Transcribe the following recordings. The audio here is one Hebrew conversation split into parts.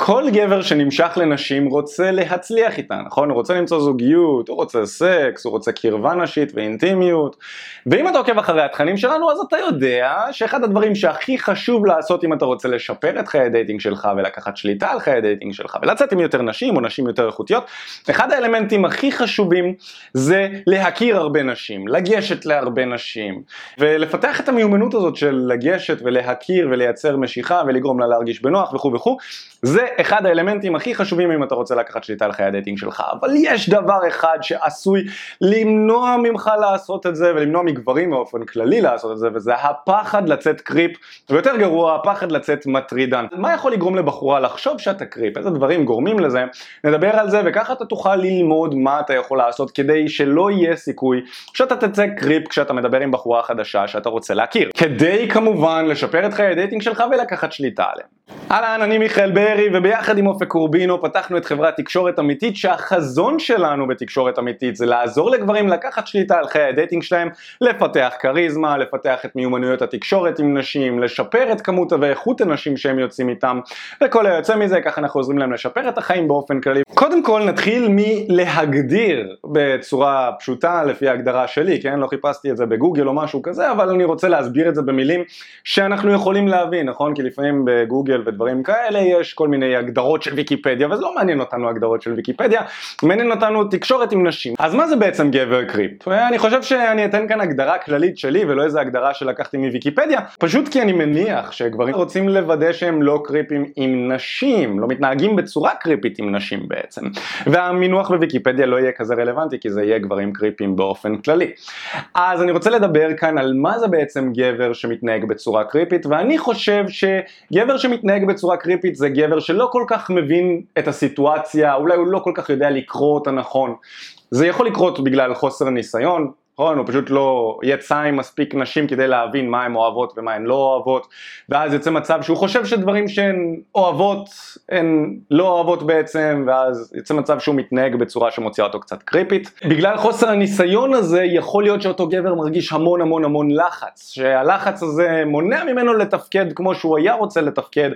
כל גבר שנמשך לנשים רוצה להצליח איתה, נכון? הוא רוצה למצוא זוגיות, הוא רוצה סקס, הוא רוצה קרבה נשית ואינטימיות. ואם אתה עוקב אחרי התכנים שלנו, אז אתה יודע שאחד הדברים שהכי חשוב לעשות אם אתה רוצה לשפר את חיי הדייטינג שלך ולקחת שליטה על חיי הדייטינג שלך ולצאת עם יותר נשים או נשים יותר איכותיות, אחד האלמנטים הכי חשובים זה להכיר הרבה נשים, לגשת להרבה נשים ולפתח את המיומנות הזאת של לגשת ולהכיר ולייצר משיכה ולגרום לה להרגיש בנוח וכו' וכו'. זה אחד האלמנטים הכי חשובים אם אתה רוצה לקחת שליטה על חיי הדייטינג שלך. אבל יש דבר אחד שעשוי למנוע ממך לעשות את זה ולמנוע מגברים באופן כללי לעשות את זה, וזה הפחד לצאת קריפ, ויותר גרוע הפחד לצאת מטרידן. מה יכול לגרום לבחורה לחשוב שאתה קריפ? איזה דברים גורמים לזה? נדבר על זה, וככה אתה תוכל ללמוד מה אתה יכול לעשות כדי שלא יהיה סיכוי שאתה תצא קריפ כשאתה מדבר עם בחורה חדשה שאתה רוצה להכיר, כדי כמובן לשפר את חיי הדייטינג שלך ולקחת שליטה עליהם. אהלן, אני מיכאל ברי, וביחד עם אופק קורבינו פתחנו את חברת תקשורת אמיתית, שהחזון שלנו בתקשורת אמיתית זה לעזור לגברים לקחת שליטה על חיי הדייטינג שלהם, לפתח קריזמה, לפתח את מיומנויות התקשורת עם נשים, לשפר את כמות ואיכות הנשים שהם יוצאים איתם, וכל היוצא מזה, ככה אנחנו עוזרים להם לשפר את החיים באופן כללי. קודם כל נתחיל מלהגדיר בצורה פשוטה לפי ההגדרה שלי, כן? לא חיפשתי את זה בגוגל או משהו כזה, אבל אני רוצה להסביר את זה במילים שאנחנו יכולים להבין, נכון? כי לפעמים בגוגל ודברים כאלה יש כל מיני הגדרות של ויקיפדיה, וזה לא מעניין אותנו הגדרות של ויקיפדיה, מעניין אותנו תקשורת עם נשים. אז מה זה בעצם גבר קריפ? אני חושב שאני אתן כאן הגדרה כללית שלי ולא איזה הגדרה שלקחתי מוויקיפדיה, פשוט כי אני מניח שגברים רוצים לוודא שהם לא קריפים עם נשים, לא מתנהגים בצורה קריפית עם נשים בעצם. והמינוח בוויקיפדיה לא יהיה כזה רלוונטי, כי זה יהיה גברים קריפים באופן כללי. אז אני רוצה לדבר כאן על מה זה בעצם גבר שמתנהג בצורה קריפית, ואני חושב שגבר שמתנהג בצורה קריפית זה גבר שלא כל כך מבין את הסיטואציה, אולי הוא לא כל כך יודע לקרוא אותה נכון. זה יכול לקרות בגלל חוסר ניסיון, הוא פשוט לא יצא עם מספיק נשים כדי להבין מה הן אוהבות ומה הן לא אוהבות, ואז יוצא מצב שהוא חושב שדברים שהן אוהבות הן לא אוהבות בעצם, ואז יוצא מצב שהוא מתנהג בצורה שמוציאה אותו קצת קריפית. בגלל חוסר הניסיון הזה יכול להיות שאותו גבר מרגיש המון המון המון לחץ, שהלחץ הזה מונע ממנו לתפקד כמו שהוא היה רוצה לתפקד,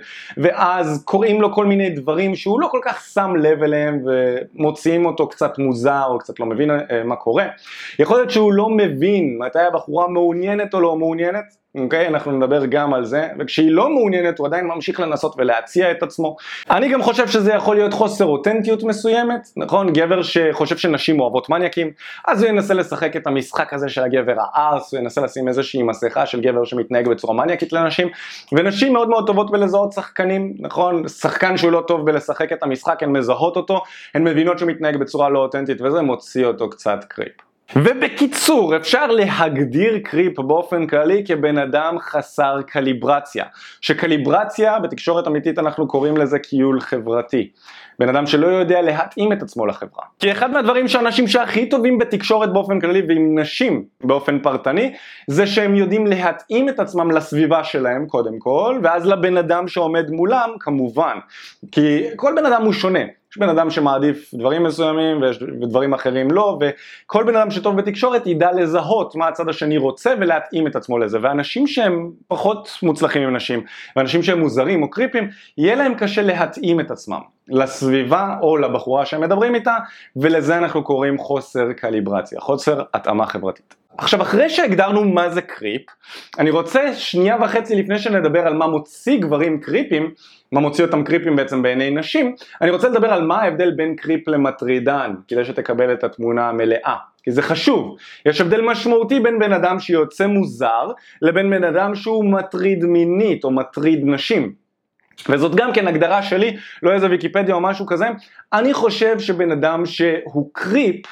ואז קוראים לו כל מיני דברים שהוא לא כל כך שם לב אליהם ומוציאים אותו קצת מוזר או קצת לא מבין מה קורה. יכול להיות שהוא לא מבין מתי הבחורה מעוניינת או לא מעוניינת, אוקיי? אנחנו נדבר גם על זה, וכשהיא לא מעוניינת הוא עדיין ממשיך לנסות ולהציע את עצמו. אני גם חושב שזה יכול להיות חוסר אותנטיות מסוימת, נכון? גבר שחושב שנשים אוהבות מניאקים, אז הוא ינסה לשחק את המשחק הזה של הגבר הארס, הוא ינסה לשים איזושהי מסכה של גבר שמתנהג בצורה מניאקית לנשים, ונשים מאוד מאוד טובות בלזהות שחקנים, נכון? שחקן שהוא לא טוב בלשחק את המשחק, הן מזהות אותו, הן מבינות שהוא מתנהג בצורה לא אותנטית, וזה מוציא אותו קצת קריפ. ובקיצור, אפשר להגדיר קריפ באופן כללי כבן אדם חסר קליברציה, שקליברציה בתקשורת אמיתית אנחנו קוראים לזה קיול חברתי. בן אדם שלא יודע להתאים את עצמו לחברה. כי אחד מהדברים שאנשים שהכי טובים בתקשורת באופן כללי ועם נשים באופן פרטני, זה שהם יודעים להתאים את עצמם לסביבה שלהם קודם כל, ואז לבן אדם שעומד מולם כמובן. כי כל בן אדם הוא שונה. יש בן אדם שמעדיף דברים מסוימים ודברים אחרים לא, וכל בן אדם שטוב בתקשורת ידע לזהות מה הצד השני רוצה ולהתאים את עצמו לזה. ואנשים שהם פחות מוצלחים עם נשים, ואנשים שהם מוזרים או קריפים, יהיה להם קשה להתאים את עצמם לסביבה או לבחורה שהם מדברים איתה, ולזה אנחנו קוראים חוסר קליברציה, חוסר התאמה חברתית. עכשיו, אחרי שהגדרנו מה זה קריפ, אני רוצה שנייה וחצי לפני שנדבר על מה מוציא גברים קריפים, מה מוציא אותם קריפים בעצם בעיני נשים, אני רוצה לדבר על מה ההבדל בין קריפ למטרידן, כדי שתקבל את התמונה המלאה. כי זה חשוב, יש הבדל משמעותי בין בן אדם שיוצא מוזר, לבין בן אדם שהוא מטריד מינית או מטריד נשים. וזאת גם כן הגדרה שלי, לא איזה ויקיפדיה או משהו כזה. אני חושב שבן אדם שהוא קריפ,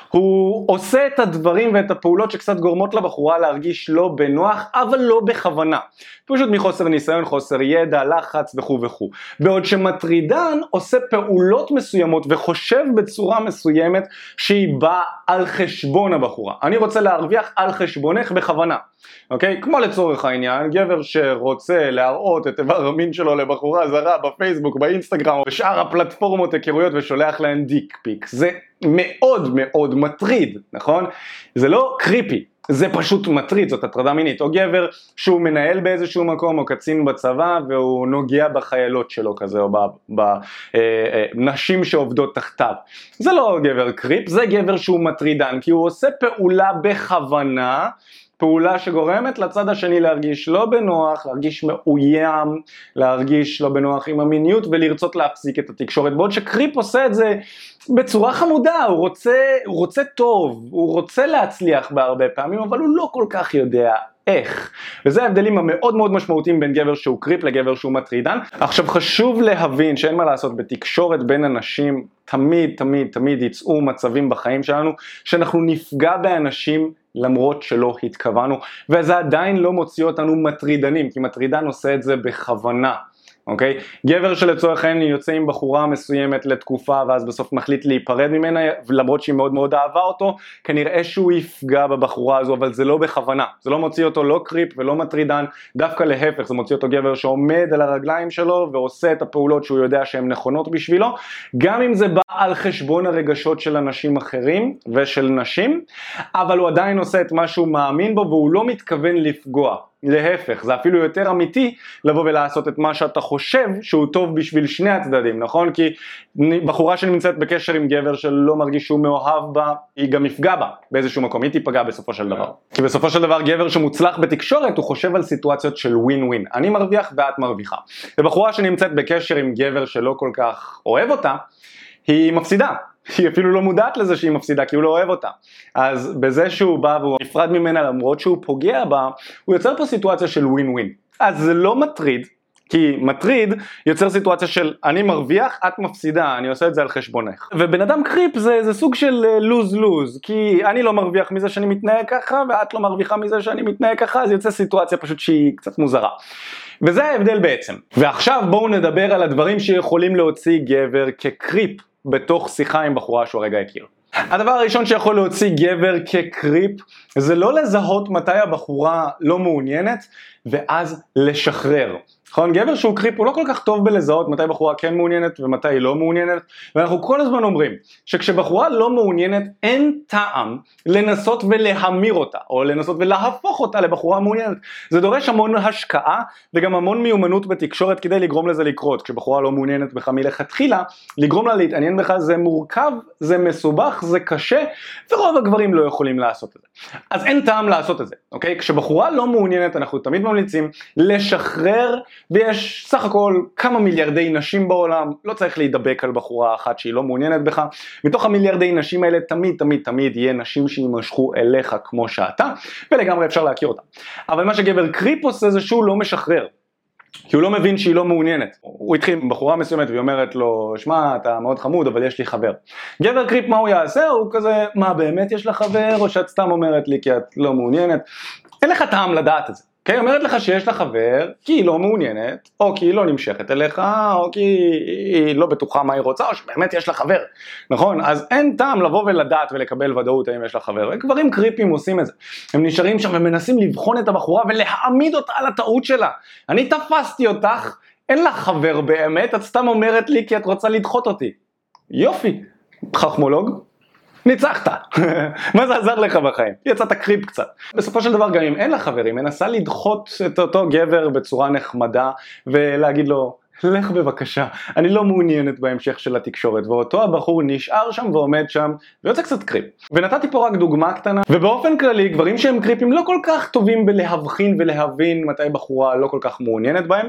הוא עושה את הדברים ואת הפעולות שקצת גורמות לבחורה להרגיש לא בנוח, אבל לא בכוונה. פשוט מחוסר ניסיון, חוסר ידע, לחץ וכו' וכו'. בעוד שמטרידן עושה פעולות מסוימות וחושב בצורה מסוימת שהיא באה על חשבון הבחורה. אני רוצה להרוויח על חשבונך בכוונה. אוקיי? כמו לצורך העניין, גבר שרוצה להראות את איבר המין שלו לבחורה זרה בפייסבוק, באינסטגרם או בשאר הפלטפורמות היכרויות ושולח להן דיק פיק. זה מאוד מאוד מטריד, נכון? זה לא קריפי. זה פשוט מטריד, זאת הטרדה מינית. או גבר שהוא מנהל באיזשהו מקום, או קצין בצבא, והוא נוגע בחיילות שלו כזה, או בנשים שעובדות תחתיו. זה לא גבר קריפ, זה גבר שהוא מטרידן, כי הוא עושה פעולה בכוונה, פעולה שגורמת לצד השני להרגיש לא בנוח, להרגיש מאוים, להרגיש לא בנוח עם המיניות ולרצות להפסיק את התקשורת. בעוד שקריפ עושה את זה בצורה חמודה, הוא רוצה טוב, הוא רוצה להצליח בהרבה פעמים, אבל הוא לא כל כך יודע איך. וזה ההבדלים המאוד מאוד משמעותיים בין גבר שהוא קריפ לגבר שהוא מטרידן. עכשיו חשוב להבין שאין מה לעשות, בתקשורת בין אנשים תמיד יצאו מצבים בחיים שלנו שאנחנו נפגע באנשים למרות שלא התכוונו, וזה עדיין לא מוציא אותנו מטרידנים, כי מטרידן עושה את זה בכוונה. אוקיי? גבר שלצורך העניין יוצא עם בחורה מסוימת לתקופה ואז בסוף מחליט להיפרד ממנה למרות שהיא מאוד מאוד אהבה אותו, כנראה שהוא יפגע בבחורה הזו, אבל זה לא בכוונה, זה לא מוציא אותו לא קריפ ולא מטרידן, דווקא להפך, זה מוציא אותו גבר שעומד על הרגליים שלו ועושה את הפעולות שהוא יודע שהן נכונות בשבילו, גם אם זה בא על חשבון הרגשות של אנשים אחרים ושל נשים, אבל הוא עדיין עושה את מה שהוא מאמין בו והוא לא מתכוון לפגוע. להפך, זה אפילו יותר אמיתי לבוא ולעשות את מה שאתה חושב שהוא טוב בשביל שני הצדדים, נכון? כי בחורה שנמצאת בקשר עם גבר שלא מרגיש שהוא מאוהב בה, היא גם יפגע בה באיזשהו מקום, היא תיפגע בסופו של דבר. כי בסופו של דבר גבר שמוצלח בתקשורת הוא חושב על סיטואציות של ווין ווין, אני מרוויח ואת מרוויחה. ובחורה שנמצאת בקשר עם גבר שלא כל כך אוהב אותה, היא מפסידה. היא אפילו לא מודעת לזה שהיא מפסידה, כי הוא לא אוהב אותה. אז בזה שהוא בא והוא נפרד ממנה למרות שהוא פוגע בה, הוא יוצר פה סיטואציה של ווין ווין. אז זה לא מטריד, כי מטריד יוצר סיטואציה של אני מרוויח, את מפסידה, אני עושה את זה על חשבונך. ובן אדם קריפ זה סוג של לוז-לוז, כי אני לא מרוויח מזה שאני מתנהג ככה, ואת לא מרוויחה מזה שאני מתנהג ככה, אז יוצא סיטואציה פשוט שהיא קצת מוזרה. וזה ההבדל בעצם. ועכשיו בואו נדבר על הדברים שיכולים להוציא גבר כקריפ בתוך שיחה עם בחורה שהוא הרגע הכיר. הדבר הראשון שיכול להוציא גבר כקריפ זה לא לזהות מתי הבחורה לא מעוניינת ואז לשחרר. נכון? גבר שהוא קריפ הוא לא כל כך טוב בלזהות מתי בחורה כן מעוניינת ומתי היא לא מעוניינת, ואנחנו כל הזמן אומרים שכשבחורה לא מעוניינת אין טעם לנסות ולהמיר אותה או לנסות ולהפוך אותה לבחורה מעוניינת. זה דורש המון השקעה וגם המון מיומנות בתקשורת כדי לגרום לזה לקרות. כשבחורה לא מעוניינת בך מלכתחילה, לגרום לה להתעניין בך זה מורכב, זה מסובך, זה קשה, ורוב הגברים לא יכולים לעשות את זה. אז אין טעם לעשות את זה, אוקיי? כשבחורה לא מעוניינת אנחנו תמיד ממליצים לשחרר, ויש סך הכל כמה מיליארדי נשים בעולם, לא צריך להידבק על בחורה אחת שהיא לא מעוניינת בך. מתוך המיליארדי נשים האלה תמיד יהיה נשים שימשכו אליך כמו שאתה, ולגמרי אפשר להכיר אותה. אבל מה שגבר קריפ עושה זה שהוא לא משחרר, כי הוא לא מבין שהיא לא מעוניינת. הוא התחיל עם בחורה מסוימת והיא אומרת לו, שמע, אתה מאוד חמוד אבל יש לי חבר. גבר קריפ מה הוא יעשה? הוא כזה, מה באמת יש לך חבר? או שאת סתם אומרת לי כי את לא מעוניינת? אין לך טעם לדעת את זה. היא אומרת לך שיש לה חבר כי היא לא מעוניינת, או כי היא לא נמשכת אליך, או כי היא לא בטוחה מה היא רוצה, או שבאמת יש לה חבר, נכון? אז אין טעם לבוא ולדעת ולקבל ודאות האם יש לה חבר. גברים קריפים עושים את זה, הם נשארים שם ומנסים לבחון את הבחורה ולהעמיד אותה על הטעות שלה. אני תפסתי אותך, אין לך חבר באמת, את סתם אומרת לי כי את רוצה לדחות אותי. יופי, חכמולוג. ניצחת. מה זה עזר לך בחיים? יצאת קריפ קצת. בסופו של דבר גם אם אין לה חברים, מנסה לדחות את אותו גבר בצורה נחמדה ולהגיד לו, לך בבקשה, אני לא מעוניינת בהמשך של התקשורת, ואותו הבחור נשאר שם ועומד שם ויוצא קצת קריפ. ונתתי פה רק דוגמה קטנה, ובאופן כללי גברים שהם קריפים לא כל כך טובים בלהבחין ולהבין מתי בחורה לא כל כך מעוניינת בהם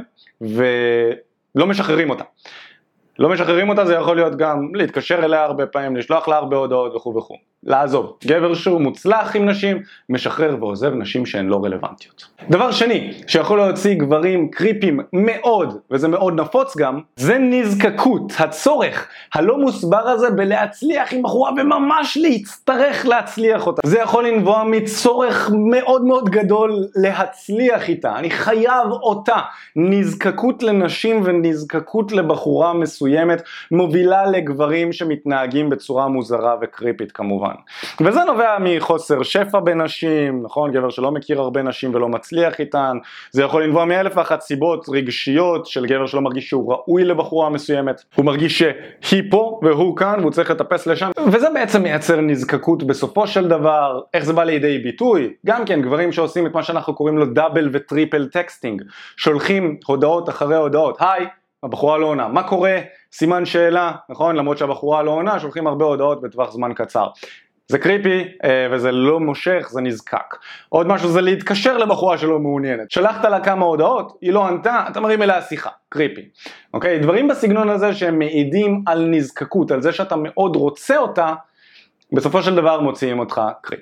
ולא משחררים אותה. לא משחררים אותה, זה יכול להיות גם להתקשר אליה הרבה פעמים, לשלוח לה הרבה הודעות וכו' וכו'. לעזוב. גבר שהוא מוצלח עם נשים, משחרר ועוזב נשים שהן לא רלוונטיות. דבר שני, שיכול להוציא גברים קריפים מאוד, וזה מאוד נפוץ גם, זה נזקקות, הצורך הלא מוסבר הזה בלהצליח עם בחורה וממש להצטרך להצליח אותה. זה יכול לנבוע מצורך מאוד מאוד גדול להצליח איתה. אני חייב אותה. נזקקות לנשים ונזקקות לבחורה מסוימת מובילה לגברים שמתנהגים בצורה מוזרה וקריפית כמובן. וזה נובע מחוסר שפע בנשים, נכון? גבר שלא מכיר הרבה נשים ולא מצליח איתן, זה יכול לנבוע מאלף ואחת סיבות רגשיות של גבר שלא מרגיש שהוא ראוי לבחורה מסוימת, הוא מרגיש שהיא פה והוא כאן והוא צריך לטפס לשם, וזה בעצם מייצר נזקקות בסופו של דבר. איך זה בא לידי ביטוי? גם כן גברים שעושים את מה שאנחנו קוראים לו דאבל וטריפל טקסטינג, שולחים הודעות אחרי הודעות, היי, הבחורה לא עונה, מה קורה? סימן שאלה, נכון? למרות שהבחורה לא עונה, שולחים הרבה הודעות בטווח זמן קצר. זה קריפי וזה לא מושך, זה נזקק. עוד משהו זה להתקשר לבחורה שלא מעוניינת. שלחת לה כמה הודעות, היא לא ענתה, אתה מרים אליה שיחה, קריפי. אוקיי? דברים בסגנון הזה שהם מעידים על נזקקות, על זה שאתה מאוד רוצה אותה, בסופו של דבר מוציאים אותך קריפ.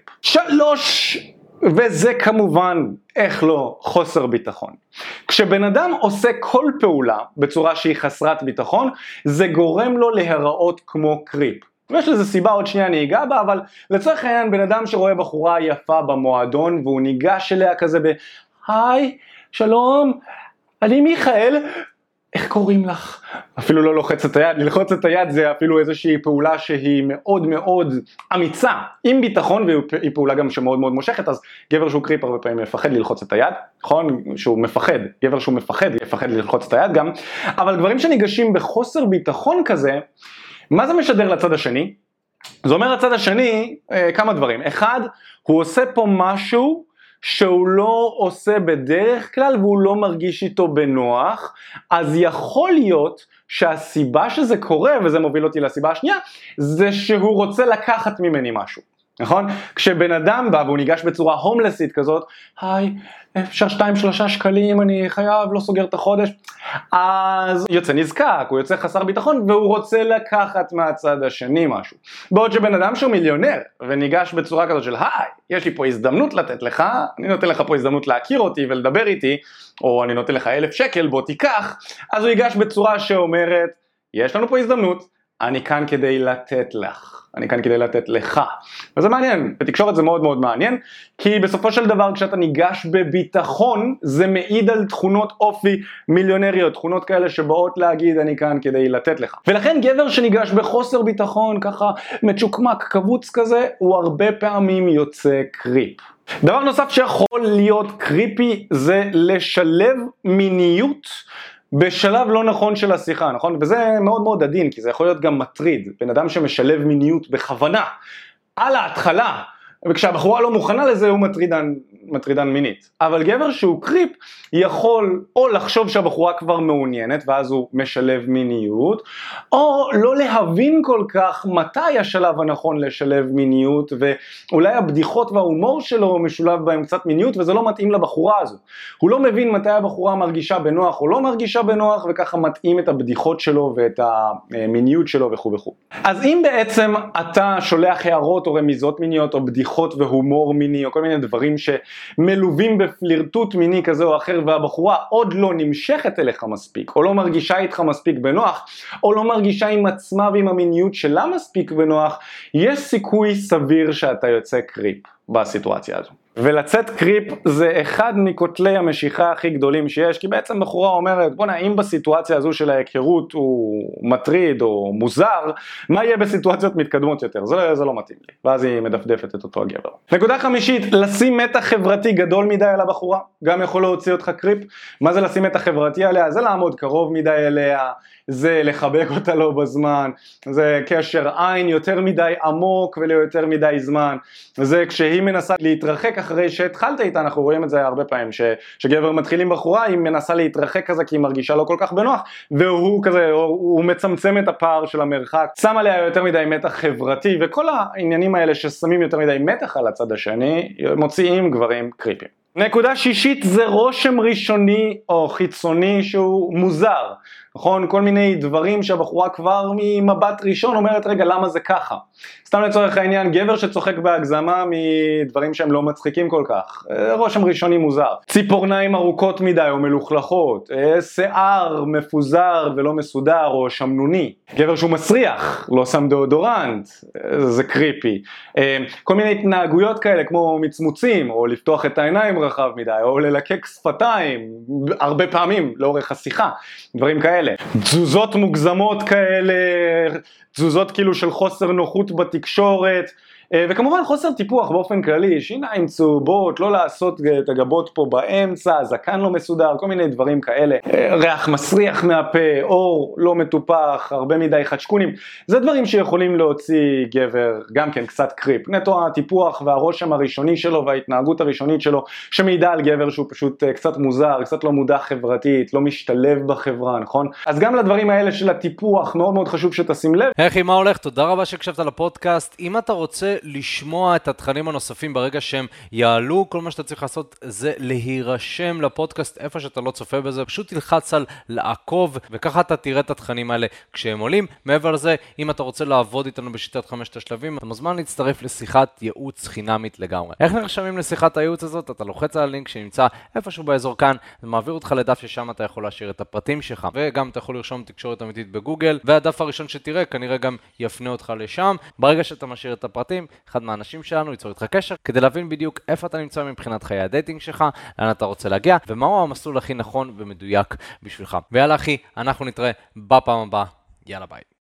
3, וזה כמובן, איך לא, חוסר ביטחון. כשבן אדם עושה כל פעולה בצורה שהיא חסרת ביטחון, זה גורם לו להיראות כמו קריפ. ויש לזה סיבה, עוד שנייה אני אגע בה, אבל לצורך העניין בן אדם שרואה בחורה יפה במועדון והוא ניגש אליה כזה היי, שלום, אני מיכאל, איך קוראים לך? אפילו לא לוחץ את היד, ללחוץ את היד זה אפילו איזושהי פעולה שהיא מאוד מאוד אמיצה, עם ביטחון, והיא פעולה גם שמאוד מאוד מושכת, אז גבר שהוא קריפ הרבה פעמים מפחד ללחוץ את היד, נכון? שהוא מפחד, גבר שהוא מפחד יפחד ללחוץ את היד גם, אבל גברים שניגשים בחוסר ביטחון כזה, מה זה משדר לצד השני? זה אומר לצד השני כמה דברים. אחד, הוא עושה פה משהו שהוא לא עושה בדרך כלל והוא לא מרגיש איתו בנוח, אז יכול להיות שהסיבה שזה קורה, וזה מוביל אותי לסיבה השנייה, זה שהוא רוצה לקחת ממני משהו. נכון? כשבן אדם בא והוא ניגש בצורה הומלסית כזאת, היי, אפשר 2-3 שקלים, אני חייב, לא סוגר את החודש, אז יוצא נזקק, הוא יוצא חסר ביטחון והוא רוצה לקחת מהצד השני משהו. בעוד שבן אדם שהוא מיליונר וניגש בצורה כזאת של היי, יש לי פה הזדמנות לתת לך, אני נותן לך פה הזדמנות להכיר אותי ולדבר איתי, או אני נותן לך 1,000 שקל, בוא תיקח, אז הוא ייגש בצורה שאומרת, יש לנו פה הזדמנות, אני כאן כדי לתת לך. אני כאן כדי לתת לך. וזה מעניין, בתקשורת זה מאוד מאוד מעניין, כי בסופו של דבר כשאתה ניגש בביטחון, זה מעיד על תכונות אופי מיליונריות, תכונות כאלה שבאות להגיד אני כאן כדי לתת לך. ולכן גבר שניגש בחוסר ביטחון, ככה מצ'וקמק, קבוץ כזה, הוא הרבה פעמים יוצא קריפ. דבר נוסף שיכול להיות קריפי זה לשלב מיניות בשלב לא נכון של השיחה, נכון? וזה מאוד מאוד עדין, כי זה יכול להיות גם מטריד, בן אדם שמשלב מיניות בכוונה, על ההתחלה, וכשהבחורה לא מוכנה לזה הוא מטרידן מינית. אבל גבר שהוא קריפ יכול או לחשוב שהבחורה כבר מעוניינת ואז הוא משלב מיניות, או לא להבין כל כך מתי השלב הנכון לשלב מיניות, ואולי הבדיחות וההומור שלו משולב בהם קצת מיניות וזה לא מתאים לבחורה הזו. הוא לא מבין מתי הבחורה מרגישה בנוח או לא מרגישה בנוח, וככה מתאים את הבדיחות שלו ואת המיניות שלו וכו' וכו'. אז אם בעצם אתה שולח הערות או רמיזות מיניות או בדיחות והומור מיני או כל מיני דברים שמלווים בפלירטוט מיני כזה או אחר, והבחורה עוד לא נמשכת אליך מספיק, או לא מרגישה איתך מספיק בנוח, או לא מרגישה עם עצמה ועם המיניות שלה מספיק בנוח, יש סיכוי סביר שאתה יוצא קריפ בסיטואציה הזו. ולצאת קריפ זה אחד מכותלי המשיכה הכי גדולים שיש, כי בעצם בחורה אומרת, בוא נעים בסיטואציה הזו של ההיכרות הוא מטריד או מוזר, מה יהיה בסיטואציות מתקדמות יותר? זה לא מתאים לי. ואז היא מדפדפת את אותו הגבר. נקודה חמישית, לשים מתח חברתי גדול מדי על הבחורה, גם יכול להוציא אותך קריפ. מה זה לשים מתח חברתי עליה? זה לעמוד קרוב מדי אליה, זה לחבק אותה לא בזמן, זה קשר עין יותר מדי עמוק וליותר מדי זמן, זה כשהיא מנסה להתרחק אחרי שהתחלת איתה, אנחנו רואים את זה הרבה פעמים, שגבר מתחילים בחורה, היא מנסה להתרחק כזה כי היא מרגישה לא כל כך בנוח, והוא כזה, הוא מצמצם את הפער של המרחק, שם עליה יותר מדי מתח חברתי, וכל העניינים האלה ששמים יותר מדי מתח על הצד השני, מוציאים גברים קריפים. נקודה שישית זה רושם ראשוני או חיצוני שהוא מוזר, נכון? כל מיני דברים שהבחורה כבר ממבט ראשון אומרת רגע למה זה ככה. סתם לצורך העניין גבר שצוחק בהגזמה מדברים שהם לא מצחיקים כל כך, רושם ראשוני מוזר. ציפורניים ארוכות מדי או מלוכלכות, שיער מפוזר ולא מסודר או שמנוני. גבר שהוא מסריח, לא שם דאודורנט, זה קריפי. כל מיני התנהגויות כאלה כמו מצמוצים או לפתוח את העיניים רחב מדי או ללקק שפתיים הרבה פעמים לאורך השיחה, דברים כאלה. תזוזות מוגזמות כאלה, תזוזות כאילו של חוסר נוחות בתקשורת, וכמובן חוסר טיפוח באופן כללי, שיניים צהובות, לא לעשות את הגבות פה באמצע, זקן לא מסודר, כל מיני דברים כאלה, ריח מסריח מהפה, אור לא מטופח, הרבה מדי חדשקונים, זה דברים שיכולים להוציא גבר גם כן קצת קריפ. נטו הטיפוח והרושם הראשוני שלו וההתנהגות הראשונית שלו, שמעידה על גבר שהוא פשוט קצת מוזר, קצת לא מודע חברתית, לא משתלב בחברה, נכון? אז גם לדברים האלה של הטיפוח מאוד מאוד חשוב שתשים לב. היי, מה הולך? תודה רבה שהקשבת לפודקאסט. אם אתה רוצה לשמוע את התכנים הנוספים ברגע שהם יעלו, כל מה שאתה צריך לעשות זה להירשם לפודקאסט איפה שאתה לא צופה בזה, פשוט תלחץ על לעקוב, וככה אתה תראה את התכנים האלה כשהם עולים. מעבר לזה, אם אתה רוצה לעבוד איתנו בשיטת 5 השלבים, אתה מוזמן להצטרף לשיחת ייעוץ חינמית לגמרי. איך נרשמים לשיחת הייעוץ הזאת? אתה לוחץ על הלינק שנמצא איפשהו באזור כאן, זה מעביר אותך לדף ששם אתה יכול להשאיר את הפרטים שלך, וגם אתה יכול לרשום תקשורת אמיתית בגוגל, והדף הראשון שתראה כנראה גם יפנה אותך לשם. ברגע שאתה משאיר את הפרטים, אחד מהאנשים שלנו ייצור איתך קשר כדי להבין בדיוק איפה אתה נמצא מבחינת חיי הדייטינג שלך, לאן אתה רוצה להגיע, ומהו המסלול הכי נכון ומדויק בשבילך. ויאללה אחי, אנחנו נתראה בפעם הבאה. יאללה ביי.